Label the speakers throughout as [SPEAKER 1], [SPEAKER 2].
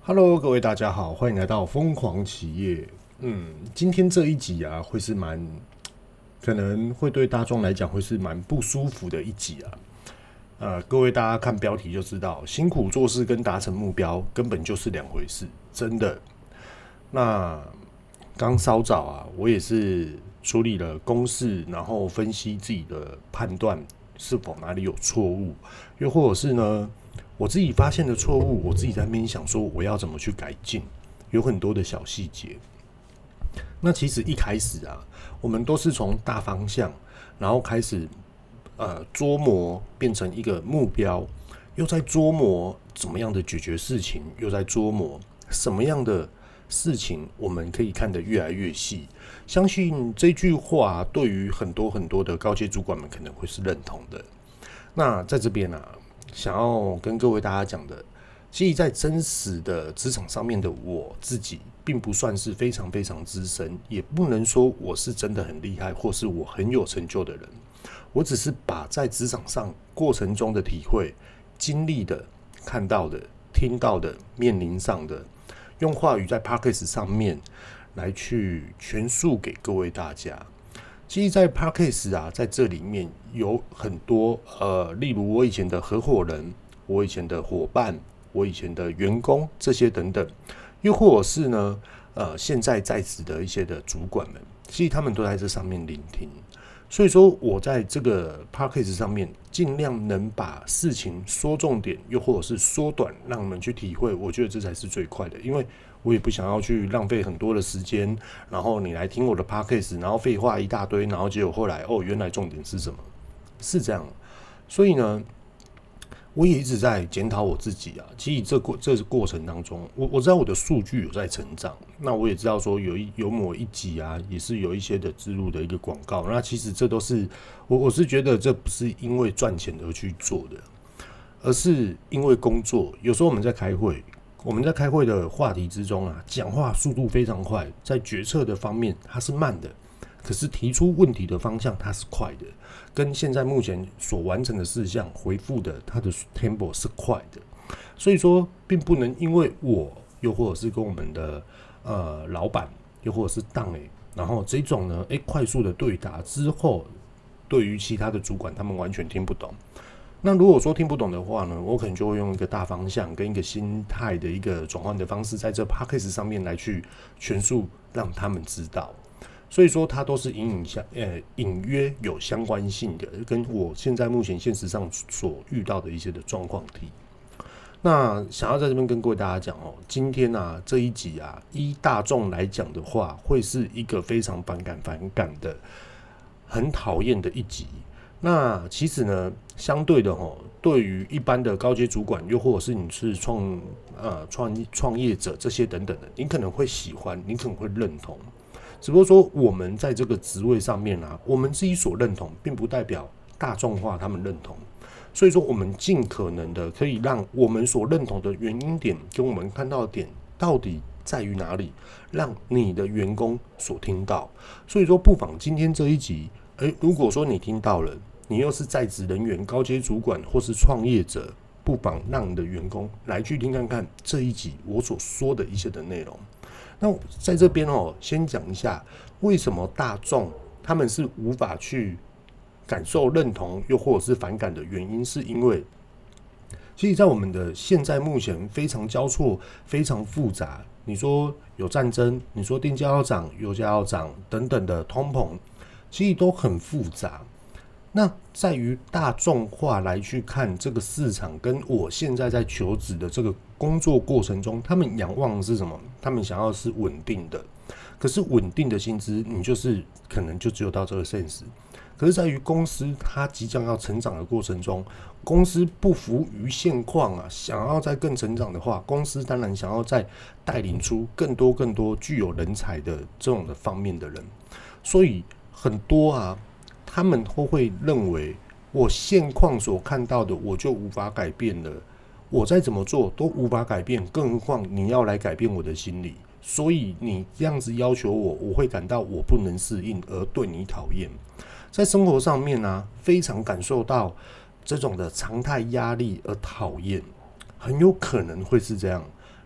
[SPEAKER 1] Hello，各位大家好，欢迎来到疯狂企业。今天这一集啊，会是可能会对大众来讲会是蛮不舒服的一集啊。各位大家看标题就知道，辛苦做事跟达成目标根本就是两回事，真的。那刚稍早啊，我也是处理了公事，然后分析自己的判断是否哪里有错误，又或者是呢，我自己发现的错误，我自己在那边想说我要怎么去改进，有很多的小细节。那其实一开始啊，我们都是从大方向，然后开始琢磨变成一个目标，又在琢磨怎么样的解决事情，又在琢磨什么样的事情我们可以看得越来越细。相信这句话对于很多很多的高阶主管们可能会是认同的。那在这边啊，想要跟各位大家讲的，其实在真实的职场上面的我自己，并不算是非常非常资深，也不能说我是真的很厉害，或是我很有成就的人。我只是把在职场上过程中的体会、经历的、看到的、听到的、面临上的，用话语在 Podcast 上面来去诠述给各位大家。其实，在 Podcast 啊，在这里面有很多例如我以前的合伙人、我以前的伙伴、我以前的员工这些等等，又或者是呢，现在在职的一些的主管们，其实他们都在这上面聆听。所以说，我在这个 podcast 上面尽量能把事情说重点，又或者是缩短，让你们去体会。我觉得这才是最快的，因为我也不想要去浪费很多的时间，然后你来听我的 podcast，然后废话一大堆，然后结果后来原来重点是什么？是这样。所以呢，我也一直在检讨我自己啊。其实这过程当中，我知道我的数据有在成长，那我也知道说有某一集啊，也是有一些的植入的一个广告。那其实这都是我是觉得这不是因为赚钱而去做的，而是因为工作。有时候我们在开会，的话题之中啊，讲话速度非常快，在决策的方面它是慢的，可是提出问题的方向它是快的，跟现在目前所完成的事项回复的它的 tempo 是快的。所以说，并不能因为我又或者是跟我们的老板，又或者是档然后这种呢，快速的对答之后，对于其他的主管他们完全听不懂。那如果说听不懂的话呢，我可能就会用一个大方向跟一个心态的一个转换的方式，在这 podcast 上面来去诠述，让他们知道。所以说，它都是隐约有相关性的，跟我现在目前现实上所遇到的一些的状况题。那想要在这边跟各位大家讲今天啊这一集啊，依大众来讲的话，会是一个非常反感的、很讨厌的一集。那其实呢，相对的对于一般的高阶主管，又或者是你是创业者这些等等的，你可能会喜欢，你可能会认同。只不过说，我们在这个职位上面啊，我们自己所认同，并不代表大众化他们认同。所以说，我们尽可能的可以让我们所认同的原因点跟我们看到的点到底在于哪里，让你的员工所听到。所以说，不妨今天这一集，如果说你听到了，你又是在职人员、高阶主管或是创业者，不妨让你的员工来去听看看这一集我所说的一些的内容。那在这边先讲一下为什么大众他们是无法去感受认同又或者是反感的原因，是因为其实在我们的现在目前非常交错、非常复杂。你说有战争，你说电价要涨、油价要涨等等的通膨，其实都很复杂。那在于大众化来去看这个市场，跟我现在在求职的这个工作过程中，他们仰望的是什么？他们想要的是稳定的，可是稳定的薪资，你就是可能就只有到这个 sense。可是在于公司它即将要成长的过程中，公司不服于现况啊，想要再更成长的话，公司当然想要再带领出更多具有人才的这种的方面的人，所以很多啊。他们都会认为我现况所看到的我就无法改变了，我再怎么做都无法改变，更何况你要来改变我的心理，所以你这样子要求我，我会感到我不能适应而对你讨厌。在生活上面啊，非常感受到这种的常态压力而讨厌，很有可能会是这样。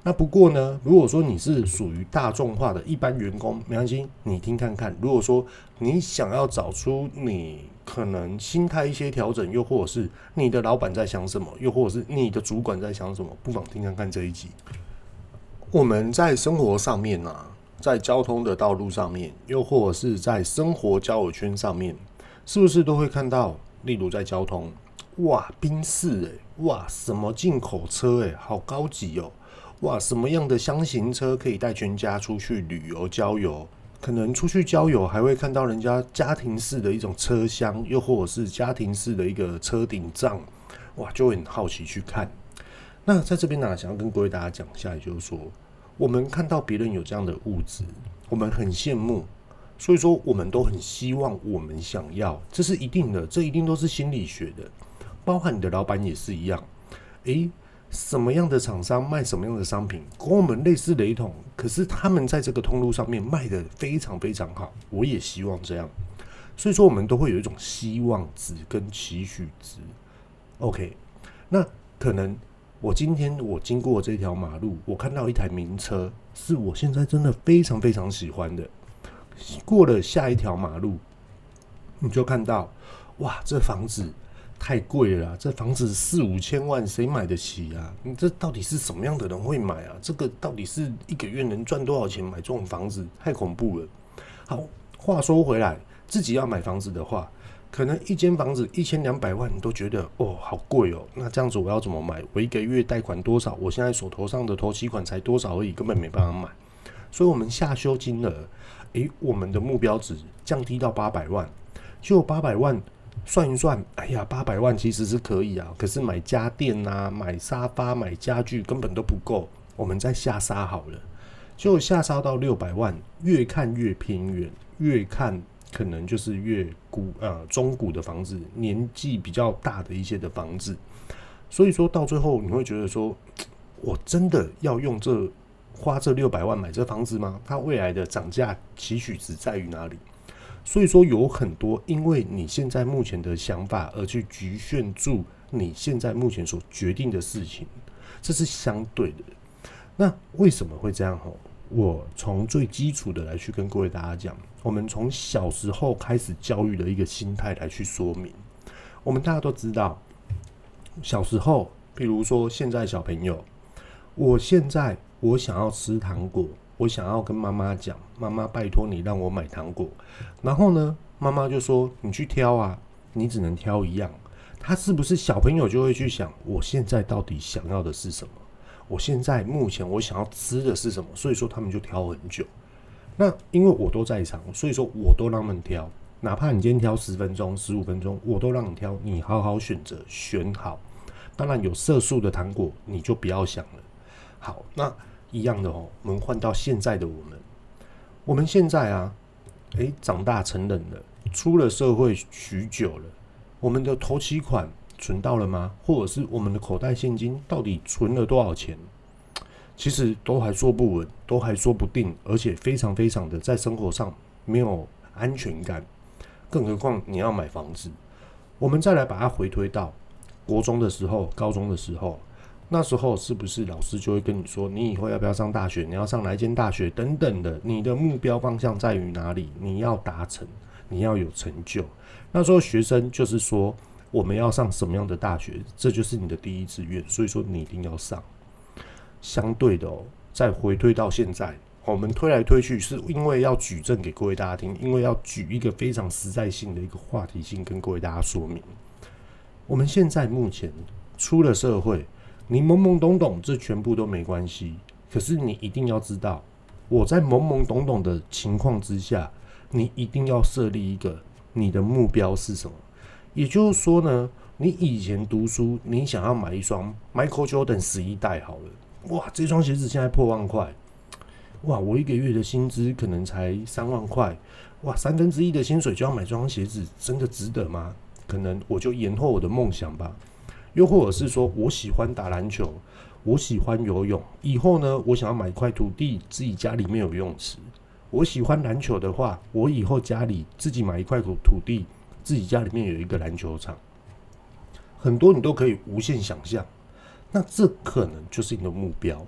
[SPEAKER 1] 那不过呢，如果说你是属于大众化的一般员工，没关系，你听看看。如果说你想要找出你可能心态一些调整，又或者是你的老板在想什么，又或者是你的主管在想什么，不妨听看看这一集。我们在生活上面啊，在交通的道路上面，又或者是在生活交友圈上面，是不是都会看到？例如在交通，哇，宾士哇，什么进口车好高级哦。哇，什么样的箱型车可以带全家出去旅游郊游？可能出去郊游还会看到人家家庭式的一种车厢，又或者是家庭式的一个车顶帐，哇，就会很好奇去看。那在这边呢，想要跟各位大家讲一下，也就是说，我们看到别人有这样的物质，我们很羡慕，所以说我们都很希望我们想要，这是一定的，这一定都是心理学的，包含你的老板也是一样。什么样的厂商卖什么样的商品，跟我们类似雷同，可是他们在这个通路上面卖的非常非常好，我也希望这样，所以说我们都会有一种希望值跟期许值。OK， 那可能我今天我经过这条马路，我看到一台名车，是我现在真的非常非常喜欢的。过了下一条马路，你就看到，哇，这房子太贵了啦，这房子4-5千万，谁买得起啊？你这到底是什么样的人会买啊？这个到底是一个月能赚多少钱买这种房子？太恐怖了。好，话说回来，自己要买房子的话，可能一间房子1200万，你都觉得好贵哦。那这样子我要怎么买？我一个月贷款多少？我现在手头上的头期款才多少而已，根本没办法买。所以我们下修金额，我们的目标值降低到800万，就800万。算一算，哎呀，800万其实是可以啊，可是买家电啊、买沙发、买家具根本都不够，我们再下杀好了，就下杀到600万，越看越偏远，越看可能就是越中古的房子，年纪比较大的一些的房子，所以说到最后你会觉得说，我真的要用花这600万买这房子吗？它未来的涨价期许值在于哪里？所以说有很多因为你现在目前的想法而去局限住你现在目前所决定的事情，这是相对的。那为什么会这样？我从最基础的来去跟各位大家讲，我们从小时候开始教育的一个心态来去说明。我们大家都知道，小时候比如说现在小朋友，我想要吃糖果，我想要跟妈妈讲，妈妈拜托你让我买糖果，然后呢，妈妈就说你去挑啊，你只能挑一样。他是不是小朋友就会去想，我现在到底想要的是什么？我现在目前我想要吃的是什么？所以说他们就挑很久。那因为我都在场，所以说我都让他们挑，哪怕你今天挑10分钟、15分钟，我都让你挑，你好好选择，选好。当然有色素的糖果你就不要想了。好，那一样的我们换到现在的我们现在啊，长大成人了，出了社会许久了，我们的头期款存到了吗？或者是我们的口袋现金到底存了多少钱？其实都还说不稳，都还说不定，而且非常非常的在生活上没有安全感，更何况你要买房子。我们再来把它回推到国中的时候、高中的时候，那时候是不是老师就会跟你说，你以后要不要上大学，你要上哪一间大学等等的，你的目标方向在于哪里，你要达成，你要有成就。那时候学生就是说我们要上什么样的大学，这就是你的第一志愿，所以说你一定要上。相对的再回推到现在，我们推来推去是因为要举证给各位大家听，因为要举一个非常实在性的一个话题性跟各位大家说明。我们现在目前出了社会，你懵懵懂懂这全部都没关系，可是你一定要知道，我在懵懵懂懂的情况之下，你一定要设立一个你的目标是什么。也就是说呢，你以前读书，你想要买一双 Michael Jordan 11代好了，哇，这双鞋子现在破万块，哇，我一个月的薪资可能才3万块，哇，1/3的薪水就要买这双鞋子，真的值得吗？可能我就延后我的梦想吧。又或者是说我喜欢打篮球，我喜欢游泳，以后呢我想要买一块土地，自己家里面有游泳池。我喜欢篮球的话，我以后家里自己买一块土地，自己家里面有一个篮球场。很多你都可以无限想象，那这可能就是你的目标。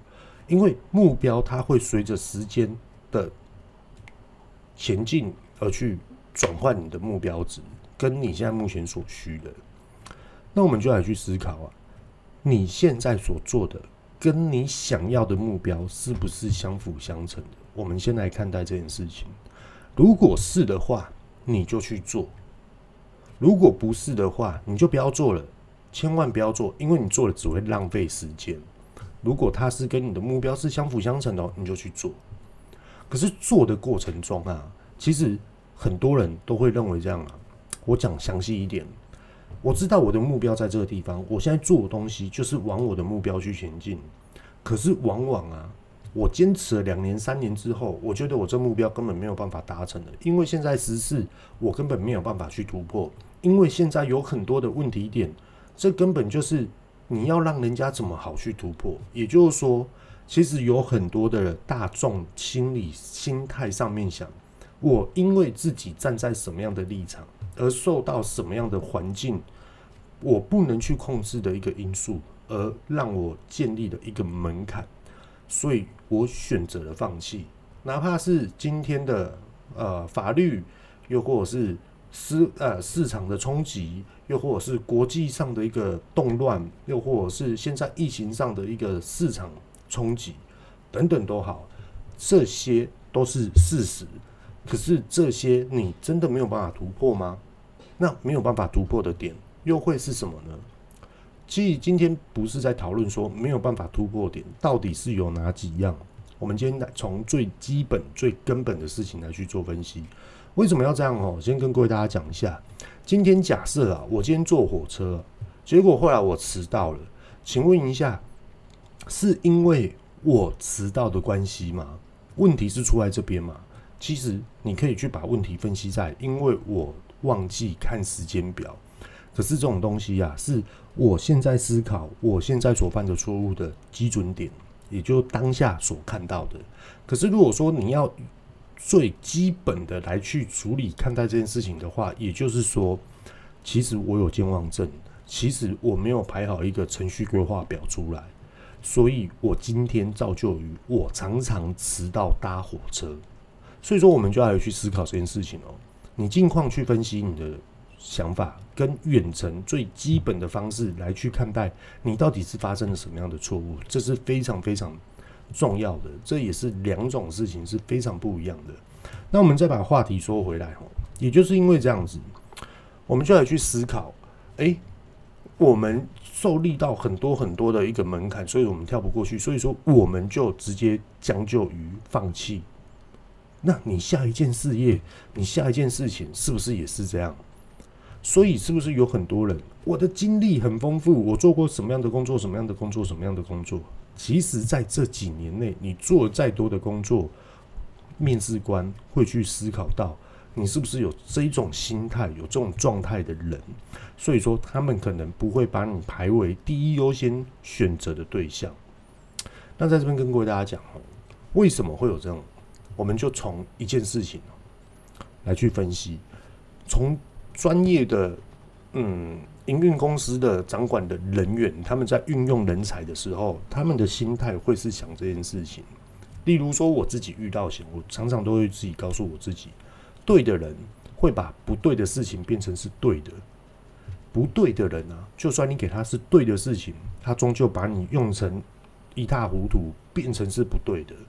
[SPEAKER 1] 因为目标它会随着时间的前进而去转换你的目标值，跟你现在目前所需的。那我们就来去思考啊，你现在所做的跟你想要的目标是不是相辅相成的？我们先来看待这件事情。如果是的话，你就去做；如果不是的话，你就不要做了，千万不要做，因为你做了只会浪费时间。如果它是跟你的目标是相辅相成的，你就去做。可是做的过程中啊，其实很多人都会认为这样啊。我讲详细一点，我知道我的目标在这个地方，我现在做的东西就是往我的目标去前进。可是往往啊，我坚持了2年3年之后，我觉得我这目标根本没有办法达成了，因为现在时事我根本没有办法去突破，因为现在有很多的问题点，这根本就是你要让人家怎么好去突破。也就是说，其实有很多的大众心态上面想，我因为自己站在什么样的立场，而受到什么样的环境，我不能去控制的一个因素，而让我建立了一个门槛，所以我选择了放弃。哪怕是今天的法律，又或者是市场的冲击，又或者是国际上的一个动乱，又或者是现在疫情上的一个市场冲击等等都好，这些都是事实。可是这些你真的没有办法突破吗？那没有办法突破的点又会是什么呢？其实今天不是在讨论说没有办法突破点到底是有哪几样，我们今天来从最基本最根本的事情来去做分析。为什么要这样？先跟各位大家讲一下。今天假设啊，我今天坐火车，结果后来我迟到了，请问一下，是因为我迟到的关系吗？问题是出在这边吗？其实你可以去把问题分析在因为我忘记看时间表。可是这种东西啊，是我现在思考我现在所犯的错误的基准点，也就当下所看到的。可是如果说你要最基本的来去处理看待这件事情的话，也就是说，其实我有健忘症，其实我没有排好一个程序规划表出来，所以我今天造就于我常常迟到搭火车。所以说我们就要来去思考这件事情你尽况去分析你的想法跟远程最基本的方式来去看待你到底是发生了什么样的错误，这是非常非常重要的，这也是两种事情是非常不一样的。那我们再把话题说回来也就是因为这样子，我们就来去思考，我们受力到很多很多的一个门槛，所以我们跳不过去，所以说我们就直接将就于放弃。那你下一件事业，你下一件事情是不是也是这样？所以是不是有很多人，我的经历很丰富，我做过什么样的工作，什么样的工作，什么样的工作？其实在这几年内，你做了再多的工作，面试官会去思考到你是不是有这一种心态，有这种状态的人，所以说他们可能不会把你排为第一优先选择的对象。那在这边跟各位大家讲为什么会有这种？我们就从一件事情来去分析，从专业的营运公司的掌管的人员，他们在运用人才的时候，他们的心态会是想这件事情。例如说我自己遇到我常常都会自己告诉我自己，对的人会把不对的事情变成是对的，不对的人啊，就算你给他是对的事情，他终究把你用成一塌糊涂，变成是不对的。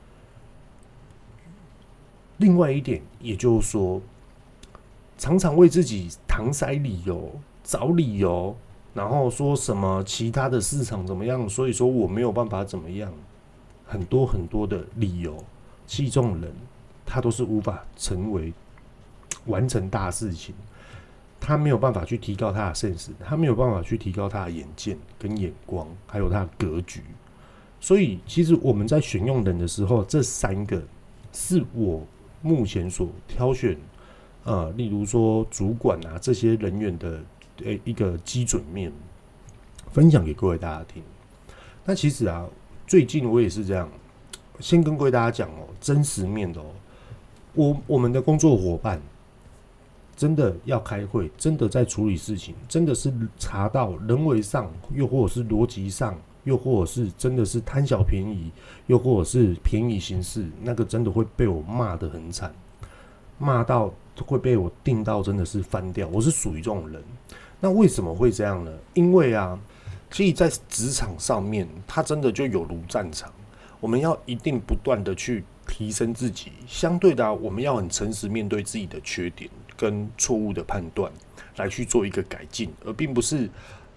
[SPEAKER 1] 另外一点，也就是说，常常为自己搪塞理由、找理由，然后说什么其他的市场怎么样，所以说我没有办法怎么样，很多很多的理由，其实这种人他都是无法完成大事情，他没有办法去提高他的 sense， 他没有办法去提高他的眼见跟眼光，还有他的格局。所以，其实我们在选用人的时候，这3个是我目前所挑选，例如说主管啊这些人员的一个基准面，分享给各位大家听。那其实啊，最近我也是这样，先跟各位大家讲真实面的我们的工作伙伴真的要开会，真的在处理事情，真的是查到人为上又或者是逻辑上又或者是真的是贪小便宜，又或者是便宜行事，那个真的会被我骂得很惨，骂到会被我定到真的是翻掉。我是属于这种人。那为什么会这样呢？因为啊，其实在职场上面，它真的就有如战场，我们要一定不断的去提升自己。相对的我们要很诚实面对自己的缺点跟错误的判断，来去做一个改进，而并不是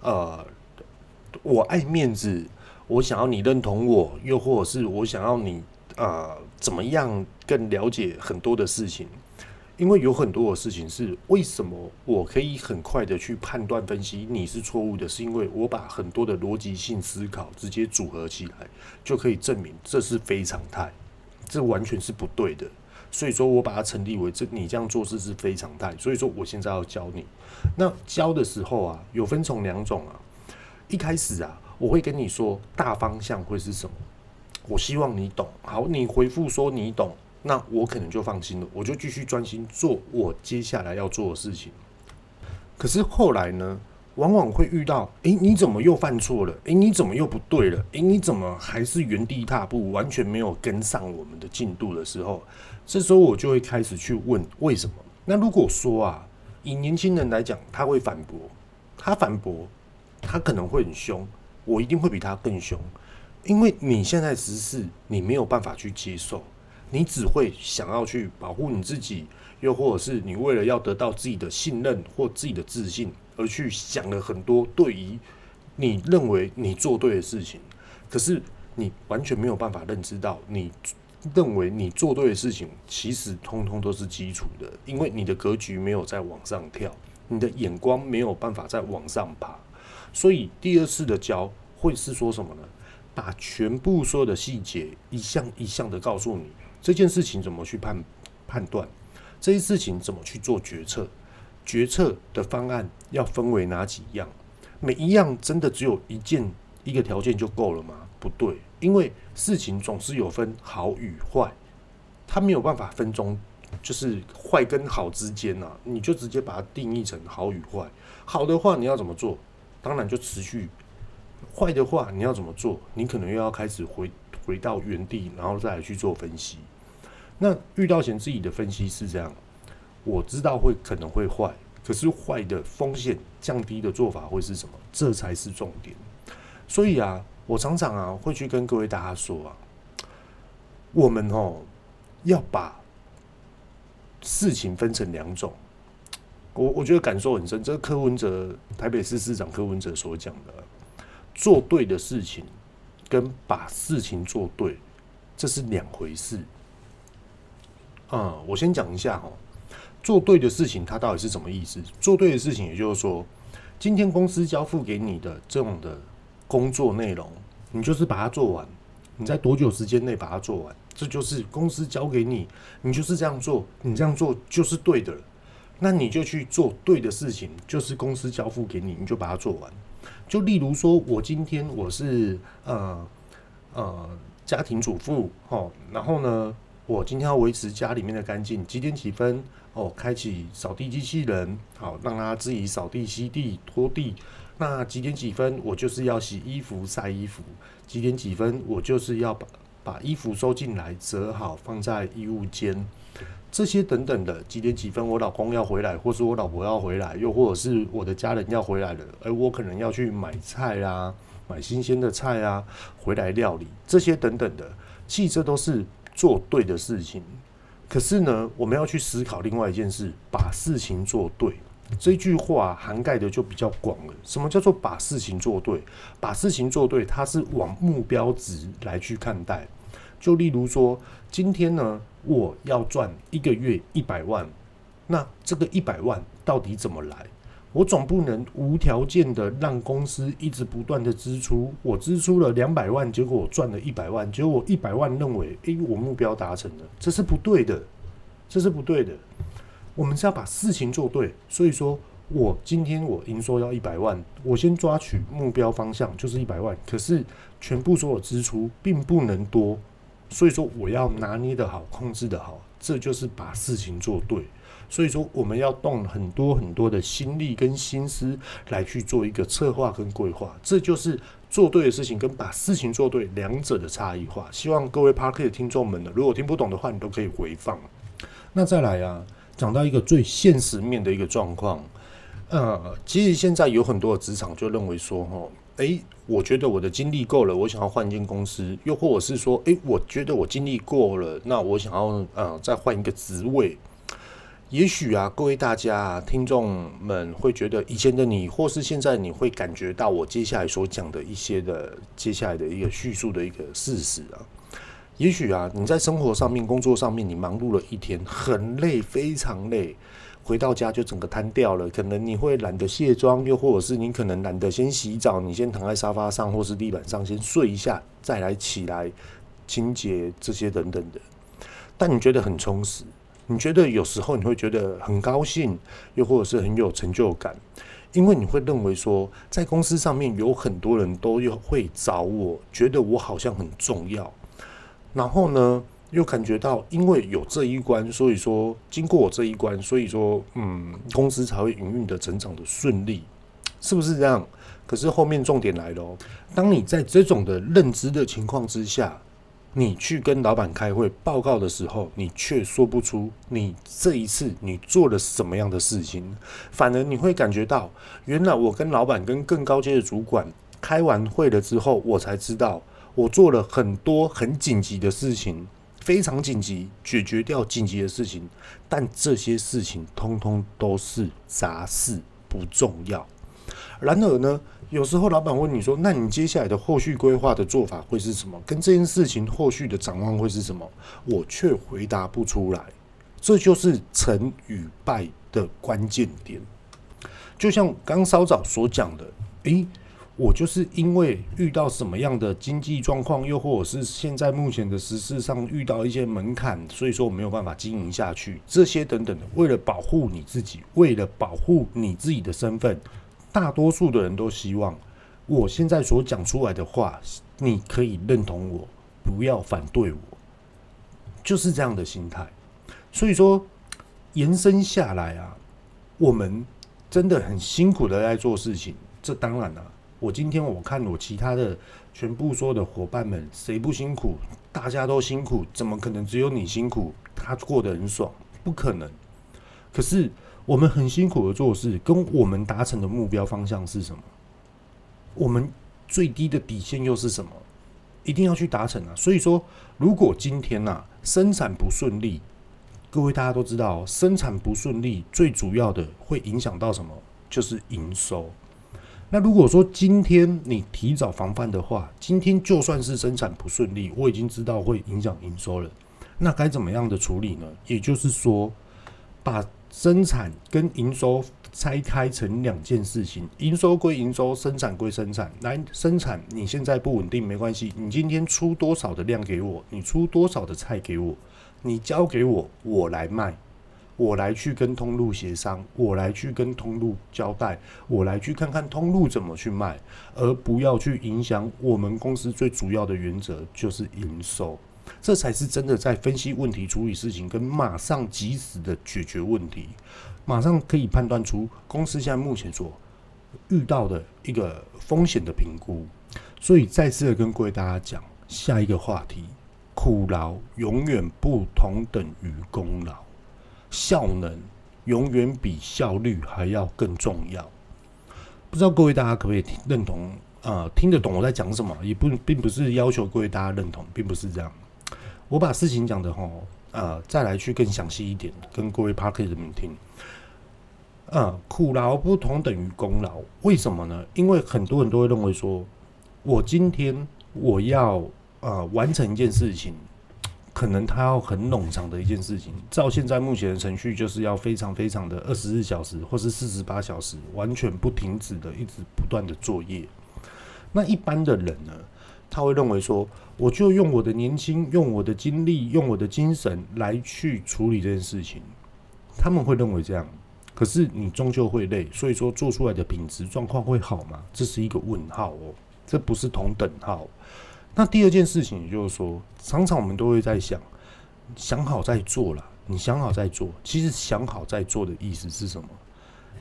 [SPEAKER 1] 我爱面子，我想要你认同我，又或者是我想要你怎么样更了解很多的事情。因为有很多的事情是为什么我可以很快的去判断分析你是错误的，是因为我把很多的逻辑性思考直接组合起来，就可以证明这是非常态，这完全是不对的。所以说我把它成立为你这样做事是非常态。所以说我现在要教你。那教的时候啊，有分成两种啊。一开始啊，我会跟你说大方向会是什么，我希望你懂。好，你回复说你懂，那我可能就放心了，我就继续专心做我接下来要做的事情。可是后来呢，往往会遇到，你怎么又犯错了？你怎么又不对了？你怎么还是原地踏步，完全没有跟上我们的进度的时候，这时候我就会开始去问为什么。那如果说啊，以年轻人来讲，他会反驳，他可能会很凶，我一定会比他更凶，因为你现在时事你没有办法去接受。你只会想要去保护你自己，又或者是你为了要得到自己的信任或自己的自信，而去想了很多对于你认为你做对的事情。可是你完全没有办法认知到，你认为你做对的事情，其实通通都是基础的，因为你的格局没有在往上跳，你的眼光没有办法再往上爬。所以第二次的教会是说什么呢？把全部所有的细节一项一项的告诉你。这件事情怎么去判断？这些事情怎么去做决策？决策的方案要分为哪几样？每一样真的只有一个条件就够了吗？不对，因为事情总是有分好与坏，它没有办法分中，就是坏跟好之间啊，你就直接把它定义成好与坏。好的话你要怎么做？当然就持续。坏的话你要怎么做？你可能又要开始回到原地，然后再来去做分析。那遇到前自己的分析是这样，我知道可能会坏，可是坏的风险降低的做法会是什么？这才是重点。所以啊，我常常啊会去跟各位大家说啊，我们要把事情分成两种。我觉得感受很深，这是台北市市长柯文哲所讲的，做对的事情跟把事情做对，这是两回事。我先讲一下做对的事情它到底是什么意思？做对的事情，也就是说，今天公司交付给你的这种的工作内容，你就是把它做完，你在多久时间内把它做完，这就是公司交给你，你就是这样做，你这样做就是对的了。那你就去做对的事情，就是公司交付给你，你就把它做完。就例如说，我今天我是家庭主妇然后呢，我今天要维持家里面的干净，几点几分开启扫地机器人，好让它自己扫地、吸地、拖地。那几点几分我就是要洗衣服、晒衣服，几点几分我就是要把衣服收进来、折好放在衣物间。这些等等的，几点几分我老公要回来，或是我老婆要回来，又或者是我的家人要回来了，我可能要去买菜啊，买新鲜的菜啊，回来料理，这些等等的，其实这都是做对的事情。可是呢，我们要去思考另外一件事，把事情做对。这句话涵盖的就比较广了。什么叫做把事情做对？把事情做对，它是往目标值来去看待。就例如说，今天呢，我要赚一个月100万，那这个100万到底怎么来？我总不能无条件的让公司一直不断的支出，我支出了200万，结果我赚了100万，结果我100万认为，我目标达成了，这是不对的，这是不对的。我们是要把事情做对，所以说今天我营收要100万，我先抓取目标方向就是100万，可是全部所有支出并不能多。所以说我要拿捏的好，控制的好，这就是把事情做对。所以说我们要动很多很多的心力跟心思来去做一个策划跟规划，这就是做对的事情跟把事情做对两者的差异化。希望各位 Podcast 的听众们呢，如果听不懂的话，你都可以回放。那再来啊，讲到一个最现实面的一个状况，其实现在有很多的职场就认为说，我觉得我的经历够了，我想要换一间公司，又或者是说，我觉得我经历过了，那我想要再换一个职位。也许啊，各位大家啊，听众们会觉得以前的你，或是现在你会感觉到我接下来所讲的一些的接下来的一个叙述的一个事实啊。也许啊，你在生活上面、工作上面，你忙碌了一天，很累，非常累，回到家就整个瘫掉了。可能你会懒得卸妆，又或者是你可能懒得先洗澡，你先躺在沙发上或是地板上先睡一下，再来起来清洁这些等等的。但你觉得很充实，你觉得有时候你会觉得很高兴，又或者是很有成就感，因为你会认为说，在公司上面有很多人都会找我，觉得我好像很重要。然后呢，又感觉到因为有这一关，所以说经过我这一关，所以说公司才会营运的成长的顺利，是不是这样？可是后面重点来了，当你在这种的认知的情况之下，你去跟老板开会报告的时候，你却说不出你这一次你做了什么样的事情，反而你会感觉到，原来我跟老板跟更高阶的主管开完会了之后，我才知道我做了很多很紧急的事情，非常紧急，解决掉紧急的事情，但这些事情通通都是杂事，不重要。然而呢，有时候老板问你说，那你接下来的后续规划的做法会是什么？跟这件事情后续的展望会是什么？我却回答不出来。这就是成与败的关键点。就像刚稍早所讲的，我就是因为遇到什么样的经济状况，又或者是现在目前的时事上遇到一些门槛，所以说我没有办法经营下去，这些等等的，为了保护你自己，为了保护你自己的身份，大多数的人都希望我现在所讲出来的话，你可以认同我，不要反对我，就是这样的心态。所以说延伸下来啊，我们真的很辛苦的在做事情。这当然了，我今天我看我其他的全部所有的伙伴们，谁不辛苦？大家都辛苦，怎么可能只有你辛苦？他过得很爽，不可能。可是我们很辛苦的做事，跟我们达成的目标方向是什么？我们最低的底线又是什么？一定要去达成啊！所以说，如果今天生产不顺利，各位大家都知道，生产不顺利最主要的会影响到什么？就是营收。那如果说今天你提早防范的话，今天就算是生产不顺利，我已经知道会影响营收了，那该怎么样的处理呢？也就是说，把生产跟营收拆开成两件事情，营收归营收，生产归生产。来，生产你现在不稳定没关系，你今天出多少的量给我，你出多少的菜给我，你交给我，我来卖，我来去跟通路协商，我来去跟通路交代，我来去看看通路怎么去卖，而不要去影响我们公司最主要的原则，就是营收。这才是真的在分析问题、处理事情，跟马上及时的解决问题，马上可以判断出公司现在目前所遇到的一个风险的评估。所以再次的跟各位大家讲，下一个话题，苦劳永远不同等于功劳，效能永远比效率还要更重要。不知道各位大家可不可以认同？听得懂我在讲什么？也并不是要求各位大家认同，并不是这样。我把事情讲的再来去更详细一点，跟各位 Podcast 们听。苦劳不同等于功劳，为什么呢？因为很多人都会认为说，我今天我要完成一件事情，可能它要很冗长的一件事情，照现在目前的程序，就是要非常非常的24小时或是48小时，完全不停止的一直不断的作业。那一般的人呢，他会认为说，我就用我的年轻，用我的精力，用我的精神来去处理这件事情。他们会认为这样，可是你终究会累，所以说做出来的品质状况会好吗？这是一个问号哦，这不是同等号。那第二件事情，也就是说，常常我们都会在想好再做啦。你想好再做，其实想好再做的意思是什么？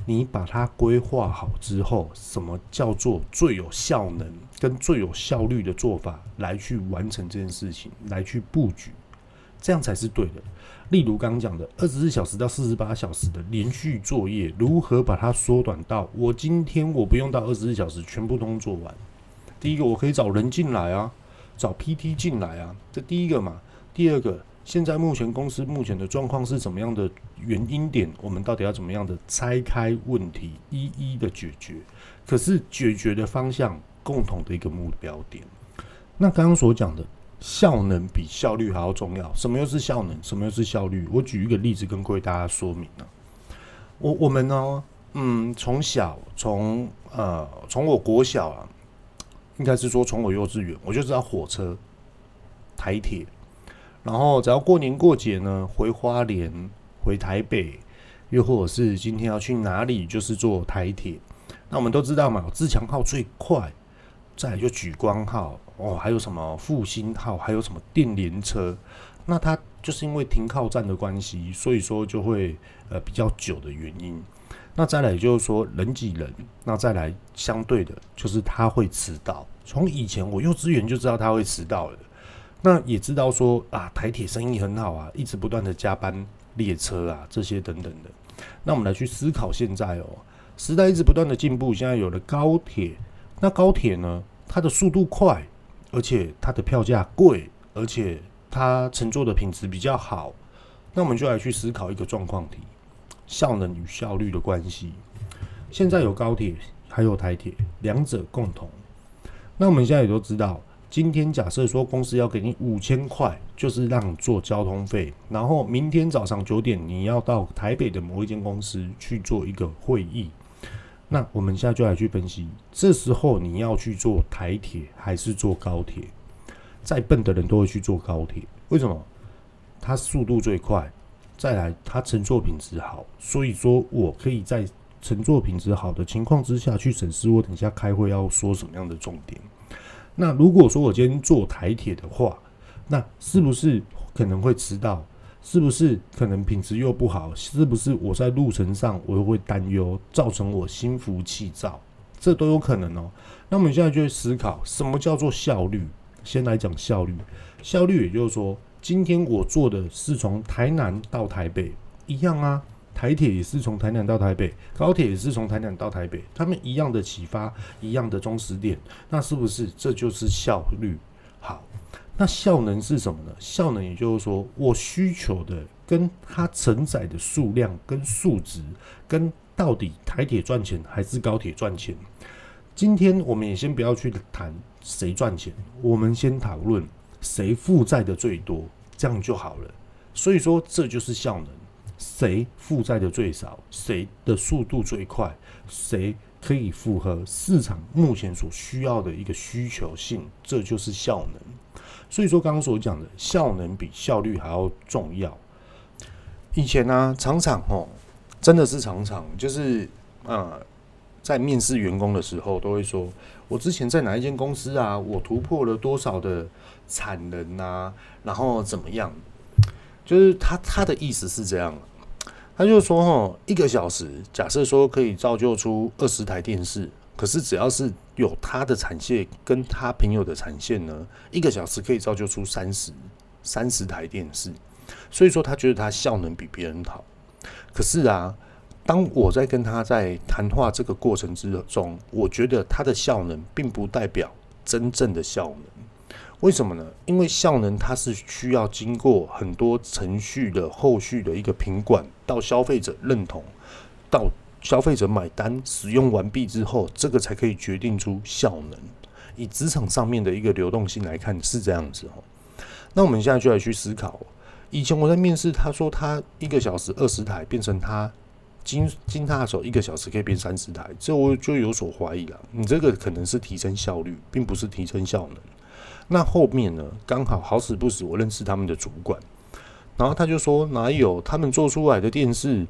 [SPEAKER 1] 你把它规划好之后，什么叫做最有效能跟最有效率的做法来去完成这件事情，来去布局，这样才是对的。例如刚刚讲的24小时到48小时的连续作业，如何把它缩短到我今天我不用到24小时全部都做完。第一个，我可以找人进来啊，找 PT 进来啊，这第一个嘛。第二个，现在目前公司目前的状况是怎么样的原因点，我们到底要怎么样的拆开问题，一一的解决。可是解决的方向共同的一个目标点。那刚刚所讲的效能比效率还要重要，什么又是效能？什么又是效率？我举一个例子跟各位大家说明啊。我们呢，从小从我国小啊，应该是说从我幼稚园，我就知道火车、台铁。然后只要过年过节呢，回花莲、回台北，又或者是今天要去哪里，就是坐台铁。那我们都知道嘛，自强号最快，再来就莒光号还有什么复兴号，还有什么电联车。那它就是因为停靠站的关系，所以说就会比较久的原因。那再来就是说人挤人，那再来相对的就是它会迟到。从以前我幼稚园就知道它会迟到了。那也知道说台铁生意很好啊，一直不断的加班列车啊，这些等等的。那我们来去思考现在时代一直不断的进步，现在有了高铁。那高铁呢，它的速度快，而且它的票价贵，而且它乘坐的品质比较好。那我们就来去思考一个状况题：效能与效率的关系。现在有高铁，还有台铁，两者共同。那我们现在也都知道。今天假设说公司要给你5000块，就是让你做交通费，然后明天早上9点你要到台北的某一间公司去做一个会议。那我们现在就来去分析，这时候你要去做台铁还是做高铁？再笨的人都会去做高铁，为什么？它速度最快，再来它乘坐品质好，所以说我可以在乘坐品质好的情况之下去审视我等一下开会要说什么样的重点。那如果说我今天坐台铁的话，那是不是可能会迟到？是不是可能品质又不好？是不是我在路程上我又会担忧，造成我心浮气躁？这都有可能那我们现在就会思考，什么叫做效率？先来讲效率。效率也就是说，今天我坐的是从台南到台北，一样啊。台铁也是从台南到台北，高铁也是从台南到台北，他们一样的启发，一样的终始点，那是不是这就是效率？好，那效能是什么呢？效能也就是说我需求的跟它承载的数量跟数值，跟到底台铁赚钱还是高铁赚钱。今天我们也先不要去谈谁赚钱，我们先讨论谁负债的最多，这样就好了。所以说这就是效能。谁负债的最少，谁的速度最快，谁可以符合市场目前所需要的一个需求性，这就是效能。所以说刚刚所讲的效能比效率还要重要。以前常常真的是常常就是在面试员工的时候都会说，我之前在哪一间公司啊，我突破了多少的产能啊，然后怎么样，就是他的意思是这样。他就说1个小时假设说可以造就出20台电视，可是只要是有他的产线跟他朋友的产线呢，1个小时可以造就出30台电视，所以说他觉得他效能比别人好。可是当我在跟他在谈话这个过程之中，我觉得他的效能并不代表真正的效能。为什么呢？因为效能它是需要经过很多程序的后续的一个品管，到消费者认同，到消费者买单使用完毕之后，这个才可以决定出效能。以职场上面的一个流动性来看是这样子那我们现在就来去思考，以前我在面试，他说他1个小时20台，变成他经他的手1个小时可以变30台，这我就有所怀疑了。你这个可能是提升效率，并不是提升效能。那后面呢？刚好死不死，我认识他们的主管，然后他就说哪有他们做出来的电视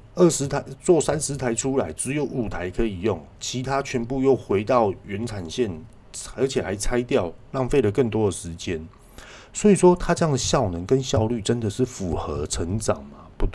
[SPEAKER 1] 20台做30台出来，只有5台可以用，其他全部又回到原产线，而且还拆掉，浪费了更多的时间。所以说，他这样的效能跟效率真的是符合成长吗？不对，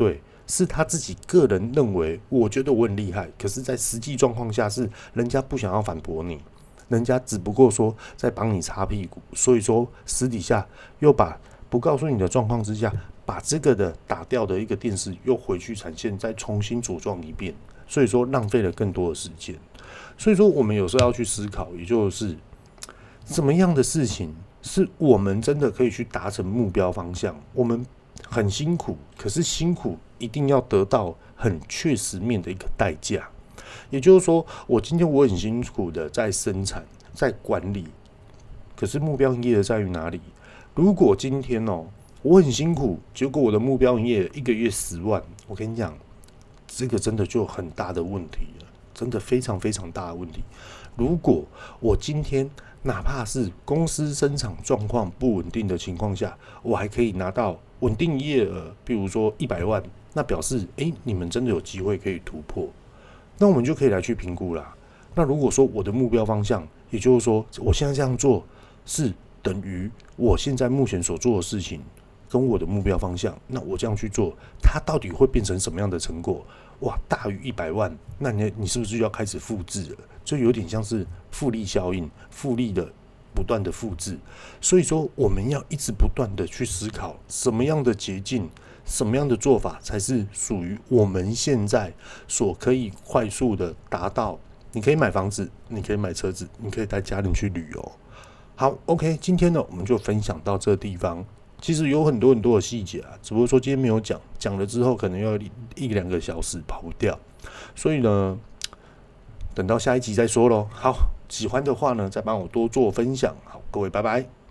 [SPEAKER 1] 是他自己个人认为，我觉得我很厉害，可是在实际状况下是人家不想要反驳你，人家只不过说在帮你擦屁股，所以说私底下又把不告诉你的状况之下，把这个的打掉的一个电视又回去产线，再重新组装一遍，所以说浪费了更多的时间。所以说我们有时候要去思考，也就是什么样的事情是我们真的可以去达成目标方向，我们很辛苦，可是辛苦一定要得到很确实面的一个代价。也就是说，我今天我很辛苦的在生产，在管理，可是目标营业的在于哪里？如果今天我很辛苦，结果我的目标营业1个月10万，我跟你讲，这个真的就有很大的问题了，真的非常非常大的问题。如果我今天哪怕是公司生产状况不稳定的情况下，我还可以拿到稳定营业额，比如说100万，那表示你们真的有机会可以突破，那我们就可以来去评估啦。那如果说我的目标方向，也就是说我现在这样做是等于我现在目前所做的事情跟我的目标方向，那我这样去做，它到底会变成什么样的成果？哇，大于100万，那你是不是就要开始复制了？就有点像是复利效应，复利的不断的复制。所以说，我们要一直不断的去思考，什么样的捷径，什么样的做法才是属于我们现在所可以快速的达到。你可以买房子，你可以买车子，你可以带家人去旅游。好 ，OK， 今天呢，我们就分享到这地方。其实有很多很多的细节啊，只不过说今天没有讲，讲了之后可能要1-2个小时跑不掉，所以呢，等到下一集再说咯。好，喜欢的话呢，再帮我多做分享。好，各位拜拜。